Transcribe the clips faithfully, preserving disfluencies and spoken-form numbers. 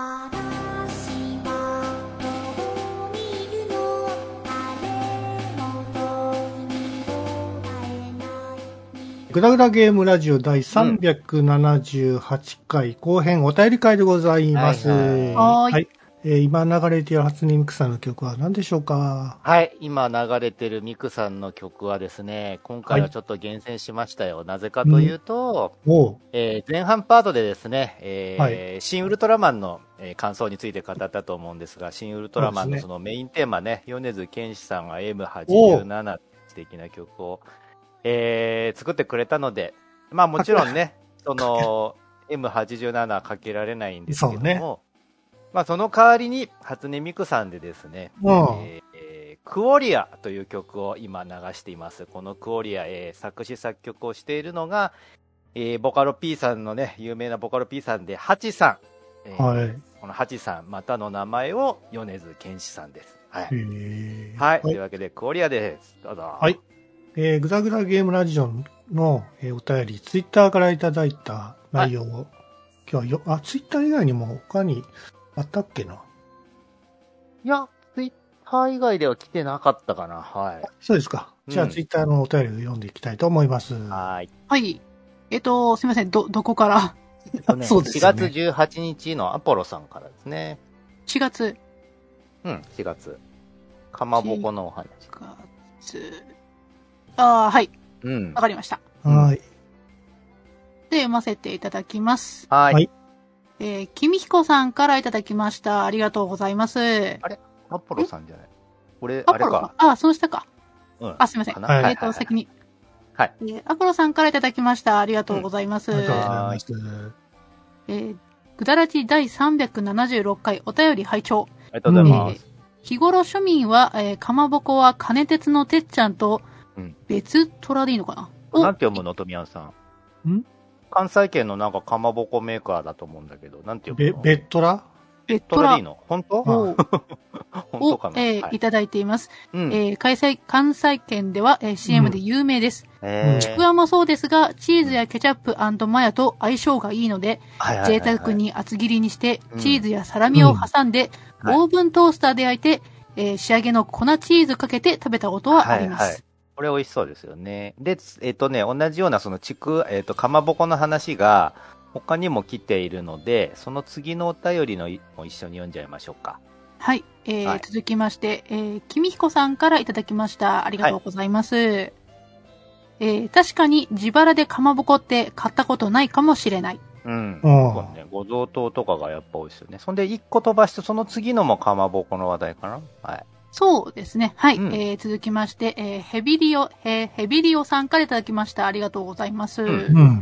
グダグダゲームラジオ第さんびゃくななじゅうはちかい後編お便り会でございます。はい、はいはい、えー、今流れている初音ミクさんの曲は何でしょうか？ はい、今流れてるミクさんの曲はですね、今回はちょっと厳選しましたよ。はい、なぜかというと、うんえー、前半パートでですね、えーはい、新ウルトラマンの感想について語ったと思うんですが、新ウルトラマンのそのメインテーマね、米津玄師さんが エムはちじゅうなな 素敵な曲をえー、作ってくれたので、まあもちろんね、その エムはちじゅうなな かけられないんですけども、ね、まあその代わりに初音ミクさんでですね、えーえー、クオリアという曲を今流しています。このクオリア、えー、作詞作曲をしているのが、えー、ボカロ P さんのね、有名なボカロ P さんで、ハチさん。えーはい、このハチさん、またの名前を米津玄師さんです。はい。はい。というわけで、クオリアです。どうぞ。 はい。えー、グダグダゲームラジオの、えー、お便り、ツイッターからいただいた内容を、はい、今日はよ、あ、ツイッター以外にも他にあったっけな？ いや、ツイッター以外では来てなかったかな。はい。 そうですか。じゃあ、うん、ツイッターのお便りを読んでいきたいと思います。 はい。はい。えっと、すみません。ど、どこからえっとね、そうですね。しがつじゅうはちにちのアポロさんからですね。 しがつうん、しがつ。かまぼこのお話。しがつああ、はい。うん。わかりました。 はい。で、 読ませていただきます。 はい。 えー、きみひこさんからいただきました。ありがとうございます。 あれアポロさんじゃないこれ、あれか。 あ、そうしたか。 うん。 あ、すみません。はい、えっ、ー、と、先に。 はい。 えー。アポロさんからいただきました。ありがとうございます。 うん、ありがとうございます。 えー、ぐだらじだいさんびゃくななじゅうろっかいお便り拝聴。 ありがとうございます。 えー、日頃庶民は、えー、かまぼこは金鉄のてっちゃんと、別虎でいいのかな、 うん、なんて読むの富山さん。ん関西圏のなんかかまぼこメーカーだと思うんだけど、なんて読むの？ べ、別虎別虎でいいの？本当？本当かな、 えーはい、 いただいています。うんえー、開催関西圏では、えー、シーエム で有名です。 うん、 ちくわもそうですが、チーズやケチャップ&マヨと相性がいいので、贅沢に厚切りにして、チーズやサラミを挟んで、うん、オーブントースターで焼いて、えー、仕上げの粉チーズかけて食べたことはあります。はいはいこれ美味しそうですよね。で、えっ、ー、とね、同じようなそのちく、えっ、ー、と、かまぼこの話が他にも来ているので、その次のお便りのも一緒に読んじゃいましょうか。 はい。えーはい、続きまして、えー、きみひこさんからいただきました。ありがとうございます。はい、えー、確かに自腹でかまぼこって買ったことないかもしれない。 うん。そうね、ご贈答とかがやっぱ多いですよね。そんで一個飛ばして、その次のもかまぼこの話題かな。はい。 そうですね。はい。うん、えー、続きまして、えー、ヘビリオ、えー、ヘビリオさんからいただきました。ありがとうございます。うん。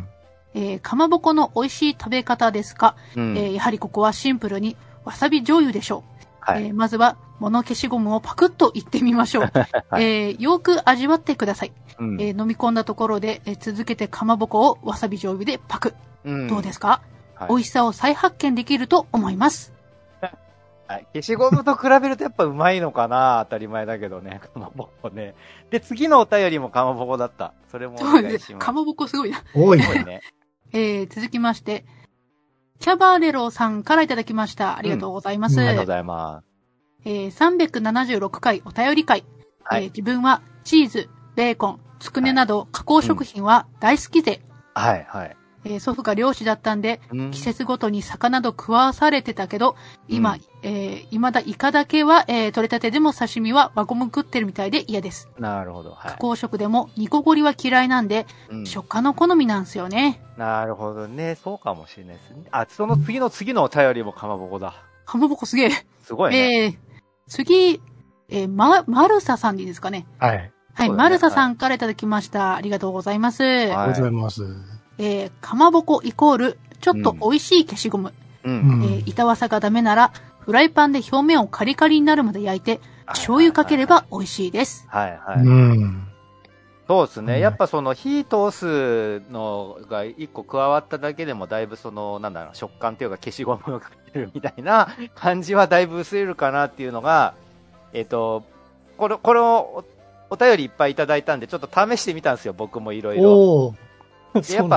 えー、かまぼこの美味しい食べ方ですか、うん、えー、やはりここはシンプルにわさび醤油でしょう。はい、えー、まずは、物消しゴムをパクッといってみましょう。はい、えー、よく味わってください。うん、えー、飲み込んだところで、えー、続けてかまぼこをわさび醤油でパク。うん、どうですか、はい、美味しさを再発見できると思います。 はい。消しゴムと比べるとやっぱうまいのかな当たり前だけどね。かまぼこね。で、次のお便りもかまぼこだった。それもお願いします。 かまぼこすごいな。 多いね。 えー、続きまして、キャバレロさんからいただきました。ありがとうございます。 うん、ありがとうございます。 えー、さんびゃくななじゅうろっかいお便り会。はい、えー、自分はチーズ、ベーコン、つくねなど加工食品は大好きで。 はい、はい。 えー、祖父が漁師だったんで、うん、季節ごとに魚など食わされてたけど、今、うん、えー、未だイカだけは、えー、取れたてでも刺身は輪ゴム食ってるみたいで嫌です。 なるほど。はい、 加工食でも煮こごりは嫌いなんで、うん、食感の好みなんですよね。 なるほどね。そうかもしれないですね。あ、その次の次のお便りもかまぼこだ。 かまぼこすげえ。 すごいね。 えー、次、えー、ま、マルサさんでいいですかね。 はい。 はい、ね、マルサさんからいただきました。ありがとうございます。はい、 ありがとうございます。 えー、かまぼこイコール、ちょっと美味しい消しゴム。うん、えー、板わさがダメなら、フライパンで表面をカリカリになるまで焼いて、醤油かければ美味しいです。 はいはい。うん、そうですね。やっぱその火通すのが一個加わっただけでもだいぶその、なんだろう、食感っていうか消しゴムがかけるみたいな感じはだいぶ薄れるかなっていうのが、えっと、この、このお、お便りいっぱいいただいたんで、ちょっと試してみたんですよ、僕もいろいろ。でやっぱ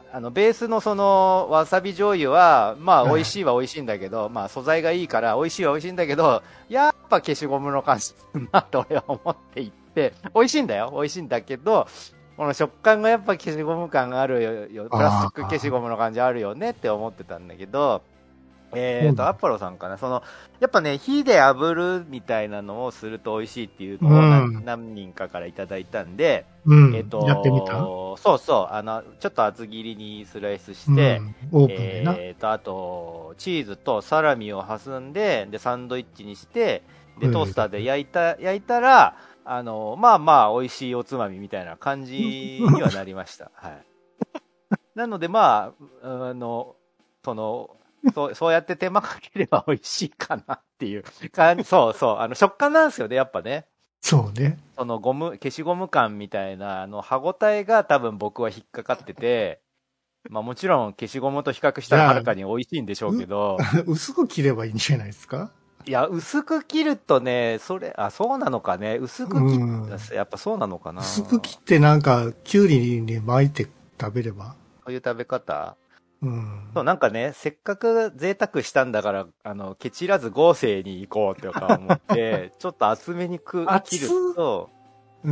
あの、ベースのその、わさび醤油は、まあ、美味しいは美味しいんだけど、はい、まあ、素材がいいから、美味しいは美味しいんだけど、やっぱ消しゴムの感じするな、と俺は思っていて、美味しいんだよ、美味しいんだけど、この食感がやっぱ消しゴム感があるよ、プラスチック消しゴムの感じあるよねって思ってたんだけど、えっと、アポロさんかな、その、やっぱね、火で炙るみたいなのをすると美味しいっていうのを何、うん、何人かからいただいたんで、 うん、 えっと、 やってみた？ そうそう、あの、ちょっと厚切りにスライスして、 うん、オープンでな。 えっと、あと、チーズとサラミを挟んで、で、サンドイッチにして、で、トースターで焼いた、焼いたら、あの、まあまあ、美味しいおつまみみたいな感じにはなりました。はい。なので、まあ、あの、その、そう、そうやって手間かければ美味しいかなっていう感じ。そうそう。あの、食感なんですよね、やっぱね。 そうね。 そのゴム、消しゴム感みたいな、あの、歯応えが多分僕は引っかかってて、まあもちろん消しゴムと比較したらはるかに美味しいんでしょうけど。 薄く切ればいいんじゃないですか？ いや、薄く切るとね、それ、あ、そうなのかね。薄く切った、やっぱそうなのかな。 薄く切ってなんか、きゅうりに巻いて食べれば。 そういう食べ方？ うん、 そう、なんかね、せっかく贅沢したんだから、あの、ケチらず合成に行こうとか思って、ちょっと厚めにく切ると、 うん、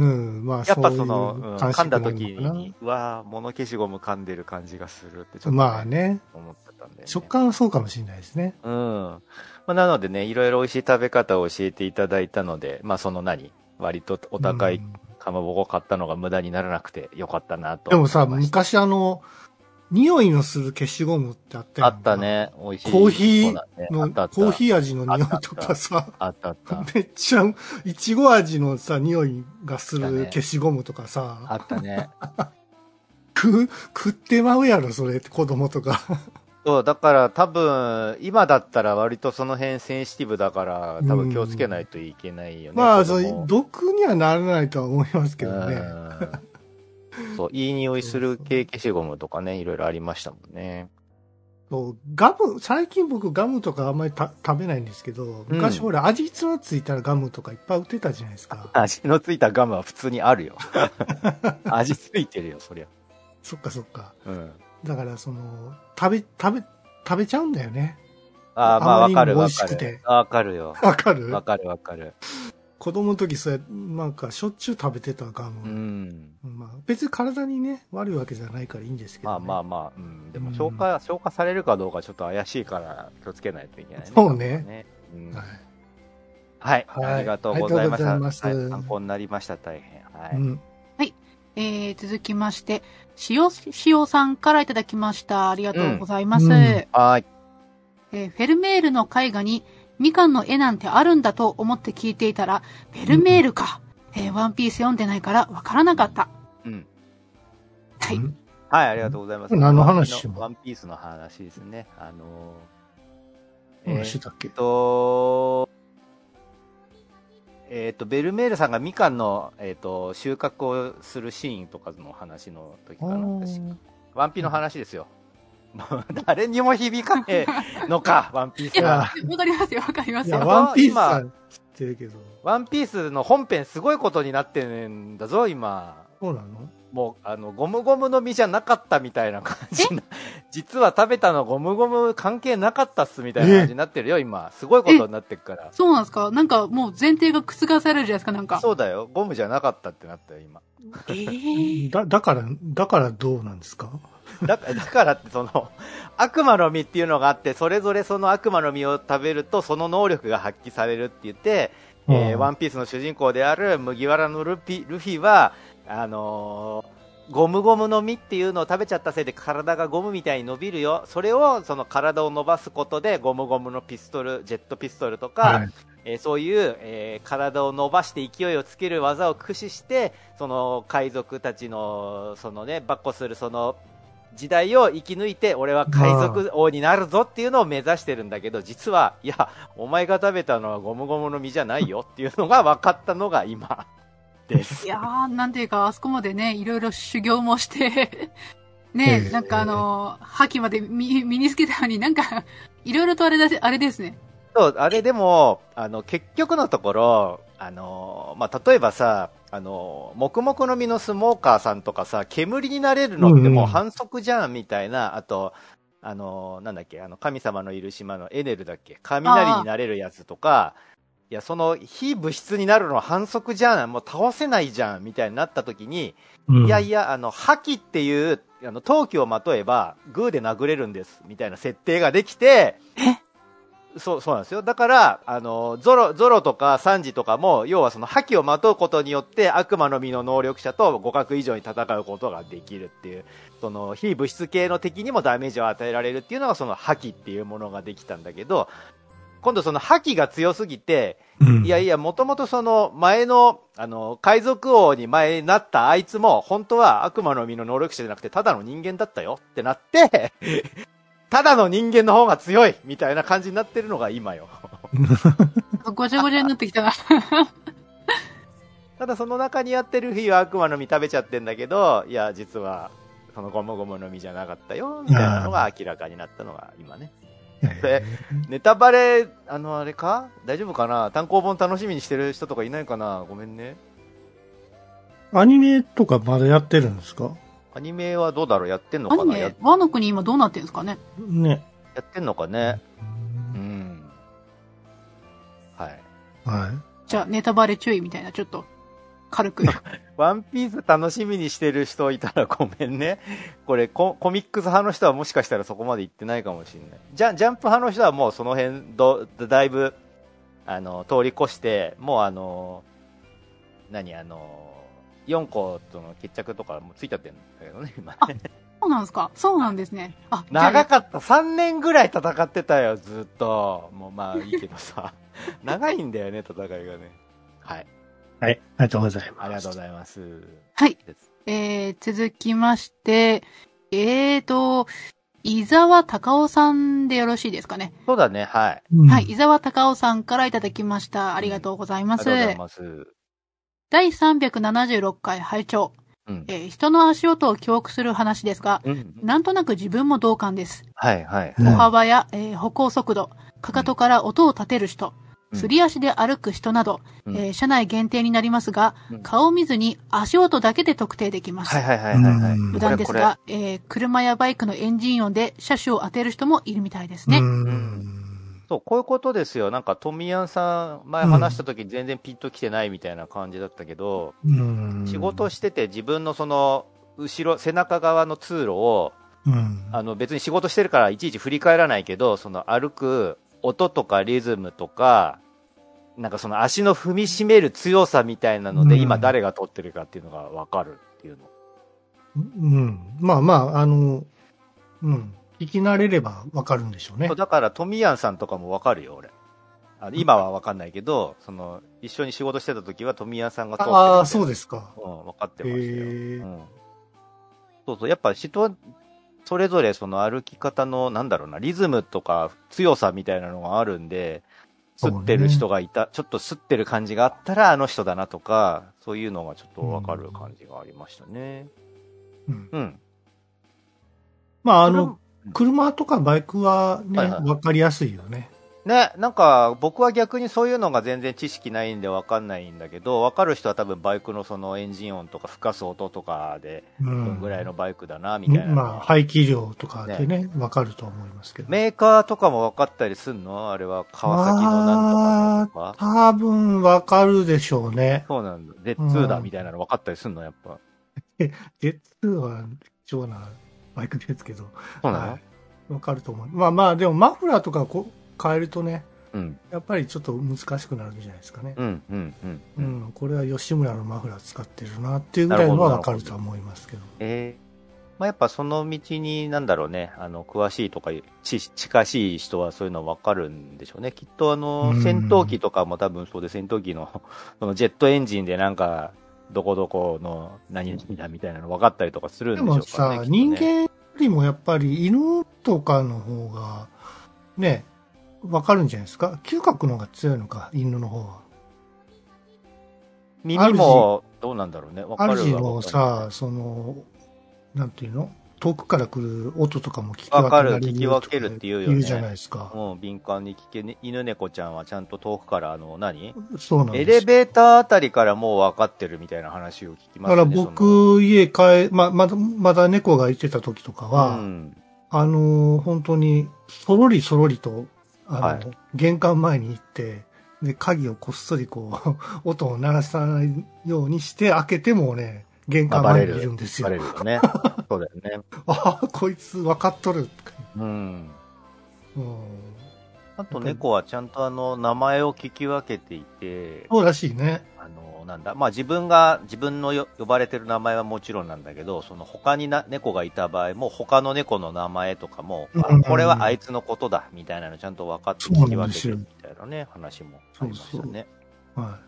まあ、 やっぱその、うん、噛んだ時に、うわぁ、物消しゴム噛んでる感じがするってちょっと、ね、 まあね、 思ってたんで、ね。 食感はそうかもしれないですね。 うん。まあ、なのでね、いろいろ美味しい食べ方を教えていただいたので、まあその何割とお高いかまぼこ買ったのが無駄にならなくてよかったなと。 でもさ、昔あの、匂いのする消しゴムってあったよね。 あったね。美味しい。 コーヒーの、ね、コーヒー味の匂いとかさ。 あったあった。 めっちゃ、いちご味のさ、匂いがする消しゴムとかさ。 あったね。 食、食ってまうやろ、それって子供とか。 そう、だから多分、今だったら割とその辺センシティブだから、多分気をつけないといけないよね。 まあ、そう、毒にはならないとは思いますけどね。 そう、いい匂いする系消しゴムとかね、いろいろありましたもんね。 そう、ガム、最近僕ガムとかあんまりた食べないんですけど、昔ほら、うん、味のついたガムとかいっぱい売ってたじゃないですか。 味のついたガムは普通にあるよ。味ついてるよ、そりゃ。 そっかそっか。 うん。 だからその、食べ、食べ、食べちゃうんだよね。 ああ、まあわかるわかる。 わかるよ。 わかるわかるわかる。 子供の時そうや、なんかしょっちゅう食べてたガム。 うん。 まあ別に体にね、悪いわけじゃないからいいんですけど、ね。 まあまあまあ、うん。でも消化、うん、消化されるかどうかちょっと怪しいから気をつけないといけないね。 そうね。ねうん、はい、はい。はい。ありがとうございました。はい、参考になりました、大変。はい。うん、 はい。えー、続きまして、しお、しおさんからいただきました。ありがとうございます。うんうん、 はい。 えー、フェルメールの絵画にみかんの絵なんてあるんだと思って聞いていたら、フェルメールか。うん、えー、ワンピース読んでないからわからなかった。 うん。 はい。 はい、ありがとうございます。 何の話ワンピースの話ですね。あのー、何してたっけ？ えー、っと、えっと、ベルメールさんがみかんの、えー、っと、収穫をするシーンとかの話の時かな。ワンピの話ですよ。誰にも響かねえのか、ワンピースは。 わかりますよ、わかりますよ。 ワンピースは知ってるけど。 ワンピースの本編すごいことになってるんだぞ、今。 そうなの？ もう、あの、ゴムゴムの実じゃなかったみたいな感じな。実は食べたのゴムゴム関係なかったっすみたいな感じになってるよ、今。すごいことになってるから。 そうなんですか？なんかもう前提が覆されるじゃないですか、なんか。 そうだよ。ゴムじゃなかったってなったよ、今。 えー、 だ、だから、だからどうなんですか？ だ, だからってその悪魔の実っていうのがあって、それぞれその悪魔の実を食べるとその能力が発揮されるって言って、うん、えー、ワンピースの主人公である麦わらのルピルフィはあのー、ゴムゴムの実っていうのを食べちゃったせいで体がゴムみたいに伸びるよ。それをその体を伸ばすことでゴムゴムのピストル、ジェットピストルとか、はい、えー、そういう、えー、体を伸ばして勢いをつける技を駆使してその海賊たちのそのね跋扈するその時代を生き抜いて俺は海賊王になるぞっていうのを目指してるんだけど、実はいやお前が食べたのはゴムゴムの実じゃないよっていうのが分かったのが今です。 いやー、なんていうかあそこまでねいろいろ修行もしてね、えー、なんかあの覇気まで身につけたのになんかいろいろとあれだあれですね。 そう、あれでもあの結局のところあのー、まあ、例えばさ、あのー、黙々の実のスモーカーさんとかさ、煙になれるのってもう反則じゃん、みたいな、うんうん、あと、あのー、なんだっけ、あの、神様のいる島のエネルだっけ、雷になれるやつとか、いや、その、非物質になるのは反則じゃん、もう倒せないじゃん、みたいになった時に、うん、いやいや、あの、覇気っていう、あの、陶器をまとえば、グーで殴れるんです、みたいな設定ができて、そう、そうなんですよ。だから、あの、ゾロ、ゾロとかサンジとかも、要はその覇気をまとうことによって、悪魔の実の能力者と互角以上に戦うことができるっていう、その、非物質系の敵にもダメージを与えられるっていうのが、その覇気っていうものができたんだけど、今度その覇気が強すぎて、うん、いやいや、もともとその前の、あの、海賊王に前になったあいつも、本当は悪魔の実の能力者じゃなくて、ただの人間だったよってなって、ただの人間の方が強いみたいな感じになってるのが今よ。 ごちゃごちゃになってきたな。 ただその中にやってる日は悪魔の実食べちゃってんだけど、いや、実は、そのゴムゴムの実じゃなかったよ、みたいなのが明らかになったのが今ね。で、ネタバレ、あの、あれか大丈夫かな、単行本楽しみにしてる人とかいないかな、ごめんね。 アニメとかまだやってるんですか？ アニメはどうだろう、やってんのかな。 アニメ、ワノ国今どうなってんですかね。 ね。 やってんのかね。うん。はい。 はい。 じゃあ、ネタバレ注意みたいな、ちょっと、軽く。 ワンピース楽しみにしてる人いたらごめんね。これコ、コミックス派の人はもしかしたらそこまで行ってないかもしれない。ジャ、ジャンプ派の人はもうその辺ど、だいぶ、あの、通り越して、もうあの、何、あの、よんことの決着とかもうついちゃってるんだけどね、今ね。 あ、そうなんですか。そうなんですね。あ、 長かった。さんねんぐらい戦ってたよ、ずっと。もうまあいいけどさ。長いんだよね、戦いがね。はい。 はい。ありがとうございます。 ありがとうございます。 はい。えー、続きまして、えーと、伊沢隆夫さんでよろしいですかね。 そうだね、はい。 うん、はい。伊沢隆夫さんからいただきました。ありがとうございます。うん、ありがとうございます。だいさんびゃくななじゅうろっかい拝聴、うんえー。人の足音を記憶する話ですが、うん、なんとなく自分も同感です。 はいはい、はい。 歩幅や、えー、歩行速度、かかとから音を立てる人、うん、すり足で歩く人など、うんえー、車内限定になりますが、うん、顔を見ずに足音だけで特定できます。 はいはいはいはい、はい。 無断ですが、えー、車やバイクのエンジン音で車種を当てる人もいるみたいですね。 うんそう、こういうことですよ。なんか、トミヤンさん、前話した時に全然ピンと来てないみたいな感じだったけど、うん、仕事してて自分のその、後ろ、背中側の通路を、うん、あの、別に仕事してるからいちいち振り返らないけど、その歩く音とかリズムとか、なんかその足の踏みしめる強さみたいなので、うん、今誰が撮ってるかっていうのがわかるっていうの。 うん。まあまあ、あの、うん。聞き慣れればわかるんでしょうね。 だから、トミヤンさんとかもわかるよ、俺。あの今はわかんないけど、その、一緒に仕事してた時はトミヤンさんが通ってる。 ああ、そうですか。 うん、わかってましたよ。うん。そうそう、やっぱ人は、それぞれその歩き方の、なんだろうな、リズムとか強さみたいなのがあるんで、吸ってる人がいた、ね、ちょっと吸ってる感じがあったらあの人だなとか、そういうのがちょっとわかる感じがありましたね。うん。うん。 まあ、あの、車とかバイクはね、はいはい、分かりやすいよね。 ね、なんか僕は逆にそういうのが全然知識ないんで分かんないんだけど、分かる人は多分バイクのそのエンジン音とか吹かす音とかで、どんぐらいのバイクだな、みたいな、 うん。まあ、排気量とかでね、分かると思いますけど。 メーカーとかも分かったりすんの？あれは川崎のなんとかとか。 多分分かるでしょうね。 そうなんだ。ゼッツー だみたいなの分かったりすんの、やっぱ。 ゼッツー は貴重なバイクですけど。 そうなの？はい、 わかると思う。まあまあ、でもマフラーとかこ変えるとね、うん、やっぱりちょっと難しくなるんじゃないですかね。うん、うん、うん。うん、これは吉村のマフラー使ってるなっていうぐらいのはわかるとは思いますけど。 ええー。まあやっぱその道に、なんだろうね、あの、詳しいとか、ち、近しい人はそういうのわかるんでしょうね。きっとあの、戦闘機とかも多分そうで、戦闘機の、そのジェットエンジンでなんか、どこどこの何々だみたいなの分かったりとかするんでしょうかね。でもさ、 ね、人間よりもやっぱり犬とかの方が、ね、分かるんじゃないですか。嗅覚の方が強いのか、犬の方は。 耳も、どうなんだろうね。分かる主のさ、その、なんていうの遠くから来る音とかも聞き分けられる。 聞き分けるっていうよね。 言うじゃないですか。 うん、敏感に聞けね、犬猫ちゃんはちゃんと遠くから、あの、何そうなんです。 エレベーターあたりからもう分かってるみたいな話を聞きますね。 だから僕、家帰、ま、まだ、まだ猫がいてた時とかは、うん、あの、本当に、そろりそろりと、あの、はい、玄関前に行って、で、鍵をこっそりこう、音を鳴らさないようにして開けてもね、玄関前にいるんですよ。 バレるよね。そうだよね。 ああ、こいつ分かっとる。 うん。うん。あと猫はちゃんとあの、名前を聞き分けていて。 そうらしいね。 あの、なんだ、まあ自分が、自分のよ呼ばれてる名前はもちろんなんだけど、その他にな猫がいた場合も、他の猫の名前とかも、うんうん、あ、これはあいつのことだ、みたいなのちゃんと分かって聞き分けてるみたいなね、話もありましたね。そうそうはい。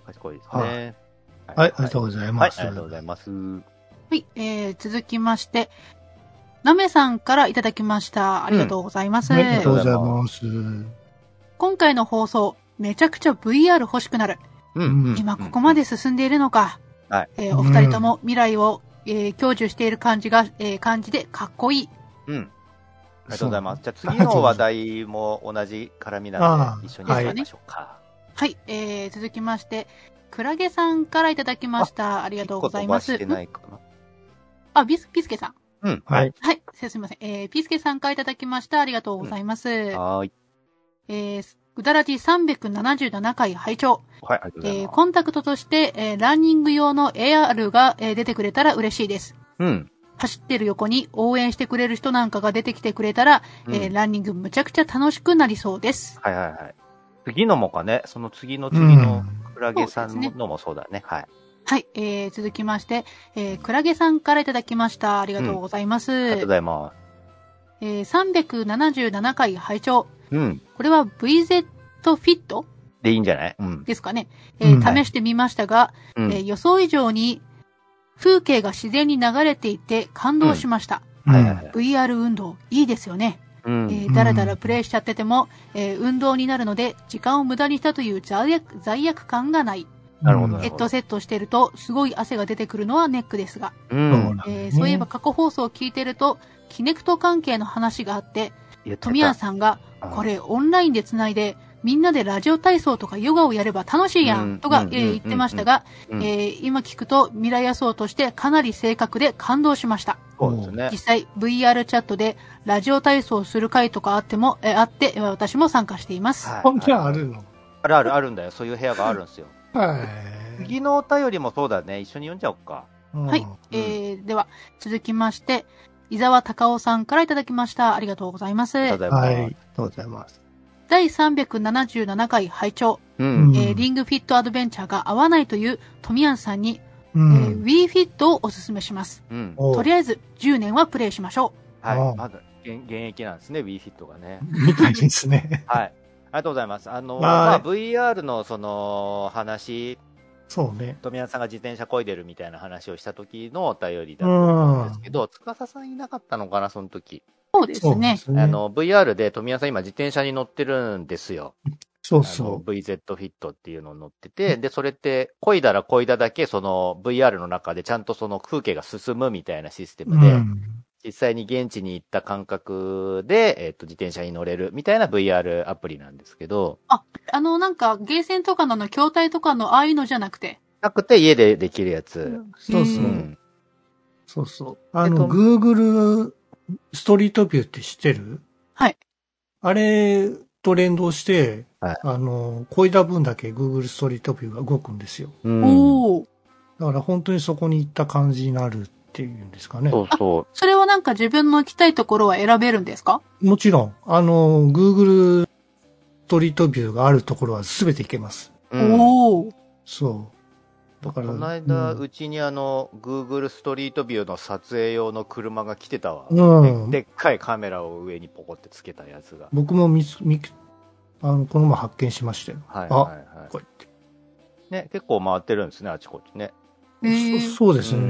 賢いですね。はいはい、はい、ありがとうございます。 はい、ありがとうございます。はい、えー、続きまして、なめさんからいただきました。ありがとうございます。うん、 はい、ありがとうございます。 今回の放送、めちゃくちゃ ブイアール 欲しくなる。うん、今ここまで進んでいるのか。うん、はい、えー、お二人とも未来を、えー、享受している感じが、えー、感じでかっこいい。 うん。ありがとうございます。じゃあ次の話題も同じ絡みなので、一緒にやりましょうか。 はい、えー、続きまして、クラゲさんからいただきました。ありがとうございます。あ、ビス、ピスケさん。 うん。はい。 はい。すみません。えー、ピスケさんからいただきました。ありがとうございます。うん、 はい。 えー、うだらじさんびゃくななじゅうななかい拝聴。 はい、ありがとうございます。 えー、コンタクトとして、えー、ランニング用の エーアール が、えー、出てくれたら嬉しいです。 うん。 走ってる横に応援してくれる人なんかが出てきてくれたら、うん、えー、ランニングむちゃくちゃ楽しくなりそうです。 はいはいはい。次のもかね、その次の次のクラゲさんのもそうだね。うん、はい。 はい、えー、続きまして、えー、クラゲさんからいただきました。ありがとうございます。うん、 ありがとうございます。 えー、さんびゃくななじゅうななかい拝聴。 うん。 これは ブイゼット フィットでいいんじゃない？うん。 ですかね。えーうん、試してみましたが、うん、えー、予想以上に風景が自然に流れていて感動しました。 うんはいはいはい、 ブイアール 運動いいですよね。 うんえー、だらだらプレイしちゃってても、えー、運動になるので時間を無駄にしたという罪悪、罪悪感がない。 なるほど。 ヘッドセットしてるとすごい汗が出てくるのはネックですが、 うんえー、そういえば過去放送を聞いてるとキネクト関係の話があって、富谷さんがこれオンラインでつないでみんなでラジオ体操とかヨガをやれば楽しいやん、うん、とか、えー、言ってましたが、うんえー、今聞くと未来予想としてかなり正確で感動しました。 そうですね。 実際 ブイアール チャットでラジオ体操する会とかあっても、えー、あって私も参加しています。 本気はあるの？ あるあるあるんだよ。そういう部屋があるんですよ。 はい。 次のお便りもそうだね。一緒に読んじゃおうか。 はい。うん、えー、では続きまして伊沢隆夫さんからいただきました。ありがとうございます。ありがとうございます。はい、ありがとうございます。 だいさんびゃくななじゅうななかい拝聴、うんえー、リングフィットアドベンチャーが合わないという富谷さんに、うんえー、Wii フィットをおすすめします、うん、とりあえずじゅうねんはプレイしましょう。はい、まだ現役なんですね、Wii フィットがね。 みたいですね。 はい。ありがとうございます。あの、まあ、ブイアール のその話、 そうね。 富谷さんが自転車漕いでるみたいな話をした時のお便りだと思うんですけど、司さんいなかったのかな、その時。 そうですね。 すねあの、ブイアール で富谷さん今自転車に乗ってるんですよ。 そうそう。 ブイゼット フィットっていうのを乗ってて、で、それって、漕いだら漕いだだけ、その ブイアール の中でちゃんとその風景が進むみたいなシステムで、うん、実際に現地に行った感覚で、えっと、自転車に乗れるみたいな ブイアール アプリなんですけど。 あ、あの、なんか、ゲーセンとかの筐体とかのああいうのじゃなくて。 なくて家でできるやつ。 うん、そうそう。うん、そうそう。あの、Google ストリートビューって知ってる？ はい。 あれと連動して、はい、あの、漕いだ分だけ Google ストリートビューが動くんですよ。 うん、おー。 だから本当にそこに行った感じになるっていうんですかね。 そうそう。 それはなんか自分の行きたいところは選べるんですか？ もちろん。あの、Google ストリートビューがあるところは全て行けます。 うん、おー。 そう。 だからこの間、うち、ん、にあの、Google ストリートビューの撮影用の車が来てたわ。うん、で, でっかいカメラを上にポコってつけたやつが。 僕も見、見、あの、この前発見しましたよ。 はいはいはい。 あ、こうやって。 ね、結構回ってるんですね、あちこちね。 えー、 そ, そうですね、うん。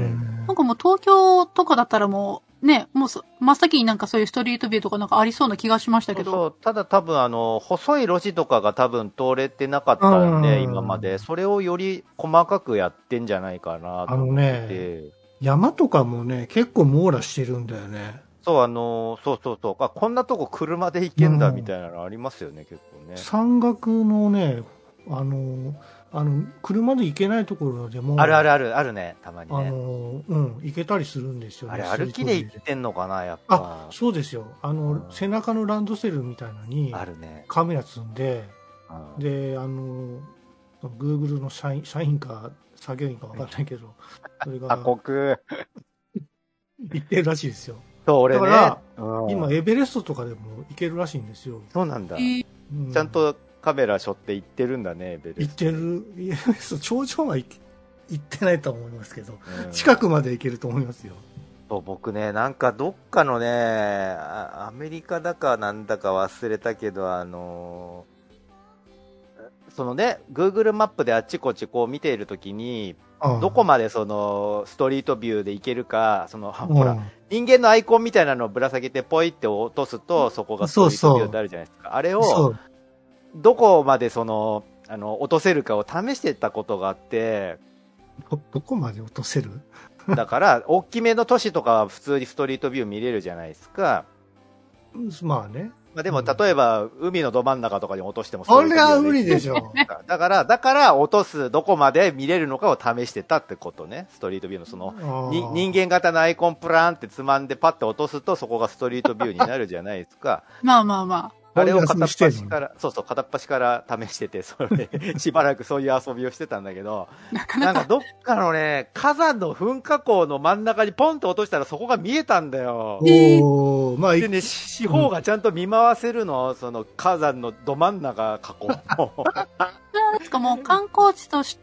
なんかもう東京とかだったらもう、ね、もう真っ先になんかそういうストリートビューとかなんかありそうな気がしましたけど。 そうそう、ただ多分あの、細い路地とかが多分通れてなかったんで、今まで。それをより細かくやってんじゃないかなと思って。あのね、 山とかもね、結構網羅してるんだよね。 そう、あのー、そうそうそう。あ、こんなとこ車で行けんだみたいなのありますよね、うん、結構ね。 山岳のね、あのー、あの、車で行けないところでも。 あるあるある、あるね、たまにね。 あのー、うん、行けたりするんですよね。あれ、歩きで行ってんのかな、やっぱ。あ、そうですよ。あの、うん、背中のランドセルみたいなのに、 あるね。 カメラ積んで、うん、で、あの、Google の社員、社員か作業員かわかんないけど、それが。 過酷。 行ってるらしいですよ。 そう、俺ね。 だから、うん、今、エベレストとかでも行けるらしいんですよ。 そうなんだ。うん、ちゃんとカメラ背負って行ってるんだね、エベレスト。行ってる。エベレスト、頂上は行ってないと思いますけど、うん、近くまで行けると思いますよ。 そう僕ね、なんかどっかのね、アメリカだかなんだか忘れたけど、あのー、そのね、Google マップであっちこっちこう見ているときに、どこまでそのストリートビューで行けるか、その、ほら、人間のアイコンみたいなのをぶら下げてポイって落とすと、そこがストリートビューってあるじゃないですか。そうそうあれを、どこまでその、あの、落とせるかを試してたことがあって、 ど、どこまで落とせるだから、大きめの都市とかは普通にストリートビュー見れるじゃないですか。 まあね。 まあでも、例えば、海のど真ん中とかに落としてもそれは無理でしょ。 だから、だから落とす、どこまで見れるのかを試してたってことね。ストリートビューのその、に人間型のアイコンプランってつまんでパッて落とすと、そこがストリートビューになるじゃないですか。 まあまあまあ。 あれを片っ端から、そうそう、片っ端から試してて、それ、しばらくそういう遊びをしてたんだけど、 なかなかなんかどっかのね、火山の噴火口の真ん中にポンと落としたらそこが見えたんだよ。 おー、まあ、 でね、四方がちゃんと見回せるの、その火山のど真ん中火口。 なんかもう観光地として、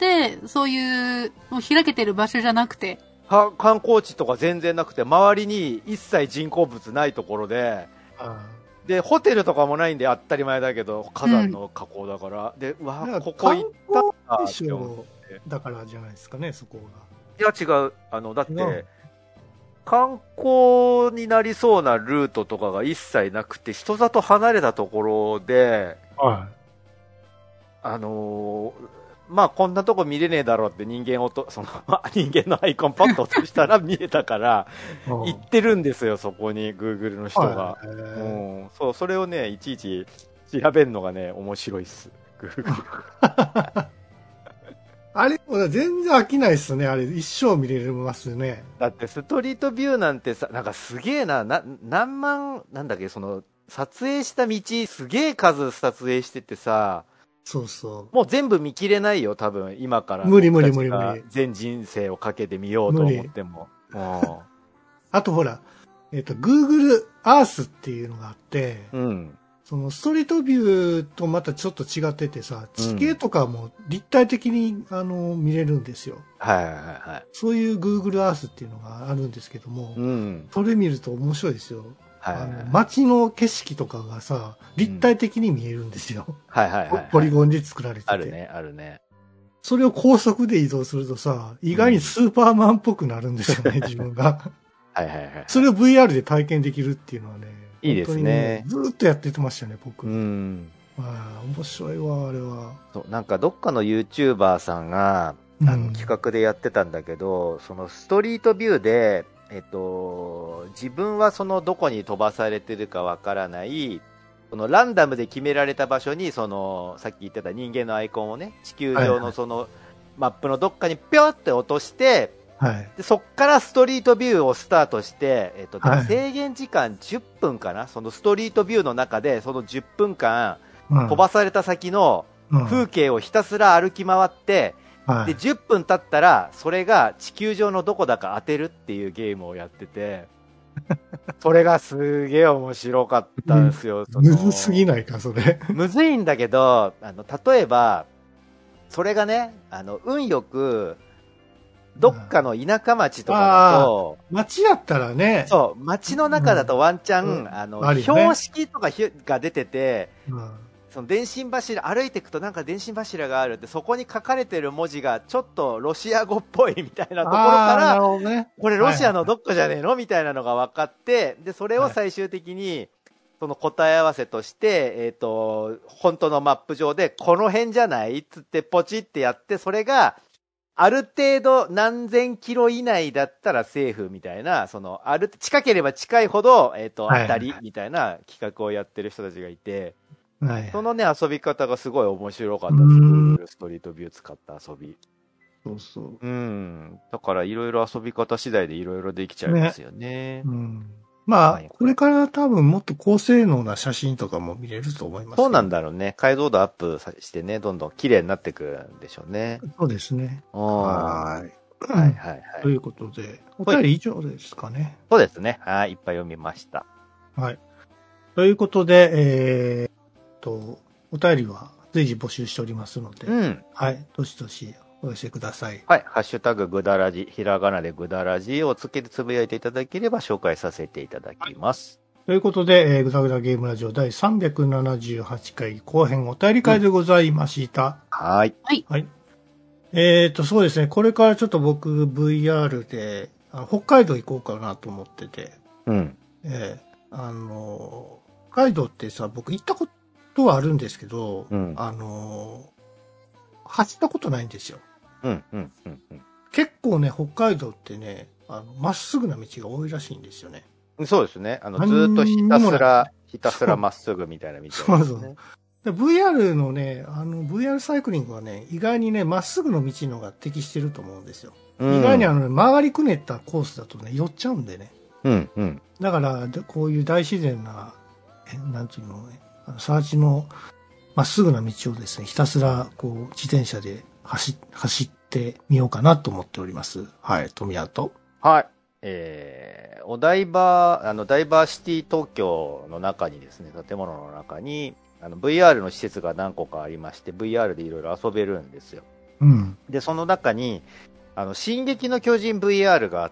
そういう、もう開けてる場所じゃなくて。 は観光地とか全然なくて、周りに一切人工物ないところで、で、ホテルとかもないんで当たり前だけど、火山の火口だから。うん、で、うわ、ここ行ったんだって思って。 だからじゃないですかね、そこが。いや、違う。あの、だって、観光になりそうなルートとかが一切なくて、人里離れたところで、 はい。 あのー、まあ、こんなとこ見れねえだろうって人間をと、その、人間のアイコンポッと落としたら見えたから、行ってるんですよ、そこに、Google の人が。うん。そう、それをね、いちいち調べるのがね、面白いっす。Google。 あれ、全然飽きないっすね、あれ。一生見れますね。 だって、ストリートビューなんてさ、なんかすげえな、な、何万、なんだっけ、その、撮影した道、すげえ数撮影しててさ、 そうそう。 もう全部見切れないよ、多分、今から。 無理無理無理無理。 全人生をかけてみようと思っても。 あとほら、えっと、Google Earth っていうのがあって、 うん。 そのストリートビューとまたちょっと違っててさ、地形とかも立体的に、あの、見れるんですよ。 はいはいはい。 そういう Google Earth っていうのがあるんですけども、 うん。 それ見ると面白いですよ。 はいはいはい、 あの街の景色とかがさ、立体的に見えるんですよ。うん、 はいはいはい、はい。 ポリゴンで作られてて。 あるね、あるね。 それを高速で移動するとさ、意外にスーパーマンっぽくなるんですよね、うん、自分が。 はいはいはい。 それを ブイアール で体験できるっていうのはね、 いいですね。 ずーっとやってましたね、僕。 うん。 まあ、面白いわ、あれは。 そう、なんかどっかの YouTuber さんが、あの、企画でやってたんだけど、うん、そのストリートビューで、えっと、自分はそのどこに飛ばされてるかわからない、そのランダムで決められた場所に、その、さっき言ってた人間のアイコンをね、地球上のその、マップのどっかにぴょって落として、 はい、 でそっからストリートビューをスタートして、えっと、制限時間じゅっぷんかな、そのストリートビューの中で、そのじゅっぷんかん、うん、飛ばされた先の風景をひたすら歩き回って、うん、で、じゅっぷん経ったら、それが地球上のどこだか当てるっていうゲームをやってて、それがすげえ面白かったんですよ。 むずすぎないか、それ。 むずいんだけど、あの、例えば、それがね、あの、運よく、どっかの田舎町とかだと、 町だったらね。 そう、町の中だとワンチャン、うん、あの、あね、標識とかが出てて、うん、その電信柱、歩いていくとなんか電信柱があるって、そこに書かれてる文字がちょっとロシア語っぽいみたいなところから、ね、これロシアのどっかじゃねえのみたいなのが分かって、で、それを最終的に、その答え合わせとして、えっと、本当のマップ上で、この辺じゃないっつってポチってやって、それが、 ある程度何千キロ以内だったらセーフみたいな、その、ある、近ければ近いほど、えっと、当たりみたいな企画をやってる人たちがいて、はい、そのね、遊び方がすごい面白かったです。Google ストリートビュー使った遊び。 そうそう。 うん。だからいろいろ遊び方次第でいろいろできちゃいますよね。ね、 うん。まあ、はい、これから多分もっと高性能な写真とかも見れると思います、ね。 そうなんだろうね。解像度アップしてね、どんどん綺麗になってくるんでしょうね。 そうですね。 はい。はいはいはい。 ということで、お便り以上ですかね。 そうですね。はい。いっぱい読みました。 はい。ということで、えー、と、お便りは随時募集しておりますので、うん、はい。どしどしお寄せください。 はい。ハッシュタグぐだらじ、ひらがなでぐだらじをつけてつぶやいていただければ紹介させていただきます。 ということで、えー、ぐだぐだゲームラジオ第さんびゃくななじゅうはちかい後編お便り会でございました。 うん、はい。 はい。 はい。えーと、そうですね。これからちょっと僕 ブイアール で、あ北海道行こうかなと思ってて。 うん。 えー、あの、北海道ってさ、僕行ったことはあるんですけど、うん、あの、走ったことないんですよ。 うんうんうんうん、 結構ね、北海道ってね、あの、まっすぐな道が多いらしいんですよね。 そうですね。あの、ずーっとひたすら、ひたすらまっすぐみたいな道ですね。そうそう。 ブイアール のね、あの、ブイアール サイクリングはね、意外にね、まっすぐの道のが適してると思うんですよ。うん、意外にあの、ね、曲がりくねったコースだとね、寄っちゃうんでね。 うんうん。 だから、こういう大自然な、えなんていうのね、サーチのまっすぐな道をですね、ひたすら、こう、自転車で走、走ってみようかなと思っております。はい、富谷と。 はい。えー、お台場、あの、ダイバーシティ東京の中にですね、建物の中に、あの、ブイアール の施設が何個かありまして、ブイアール でいろいろ遊べるんですよ。 うん。 で、その中に、あの、進撃の巨人 ブイアール があって、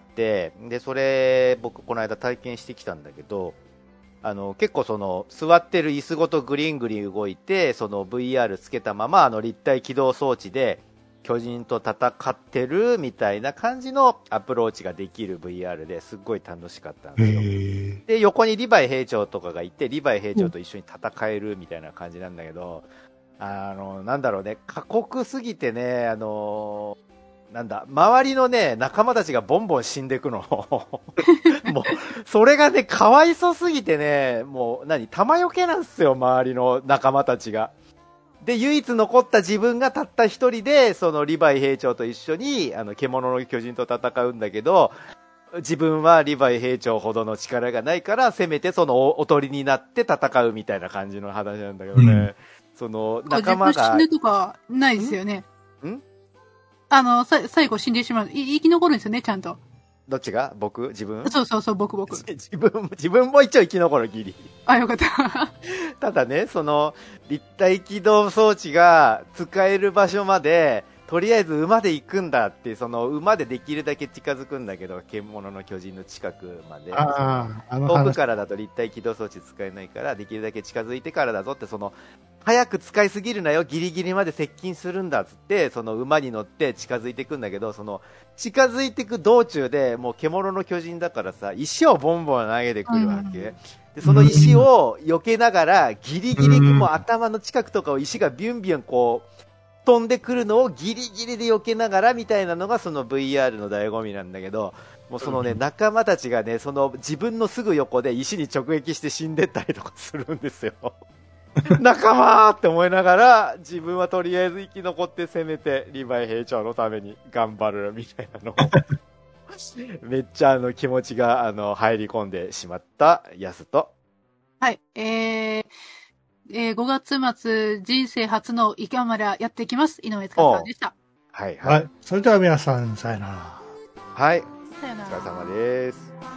で、それ、僕、この間体験してきたんだけど、あの、結構その、座ってる椅子ごとグリングリン動いて、その ブイアール つけたまま、あの、立体起動装置で、巨人と戦ってるみたいな感じのアプローチができる ブイアール ですっごい楽しかったんですよ。で、横にリヴァイ兵長とかがいて、リヴァイ兵長と一緒に戦えるみたいな感じなんだけど、あの、なんだろうね、過酷すぎてね、あの、なんだ、周りのね、仲間たちがボンボン死んでいくの。もう、それがね、かわいそすぎてね、もう、何、玉よけなんですよ、周りの仲間たちが。で、唯一残った自分がたった一人で、そのリヴァイ兵長と一緒に、あの、獣の巨人と戦うんだけど、自分はリヴァイ兵長ほどの力がないから、せめてそのおとりになって戦うみたいな感じの話なんだけどね。うん、その、仲間が。 自分死ぬとかないですよね。 んんあの、さ、最後死んでしまう。い生き残るんですよね、ちゃんと。 どっちが僕自分そうそうそう、僕僕。 自分、自分も一応生き残るギリ。 あ、よかった。 ただね、その、立体起動装置が使える場所まで、とりあえず馬で行くんだって、その馬でできるだけ近づくんだけど、獣の巨人の近くまで。 ああ、 遠くからだと立体起動装置使えないから、できるだけ近づいてからだぞって、その、早く使いすぎるなよ、ギリギリまで接近するんだっつって、その馬に乗って近づいていくんだけど、その、近づいていく道中でもう獣の巨人だからさ、石をボンボン投げてくるわけ。うん、で、その石を避けながら、ギリギリもう頭の近くとかを石がビュンビュンこう、飛んでくるのをギリギリで避けながらみたいなのがその ブイアール の醍醐味なんだけど、もうそのね、仲間たちがね、その自分のすぐ横で石に直撃して死んでったりとかするんですよ。仲間って思いながら、自分はとりあえず生き残って攻めてリヴァイ兵長のために頑張るみたいなのをめっちゃあの気持ちがあの入り込んでしまったやすと。 はい、えー、えー、ごがつ末人生初のイカマラやってきます。井上塚さんでした。 はいはい。はい。 それでは皆さん、さよなら。 はい。 さよなら。 お疲れ様です。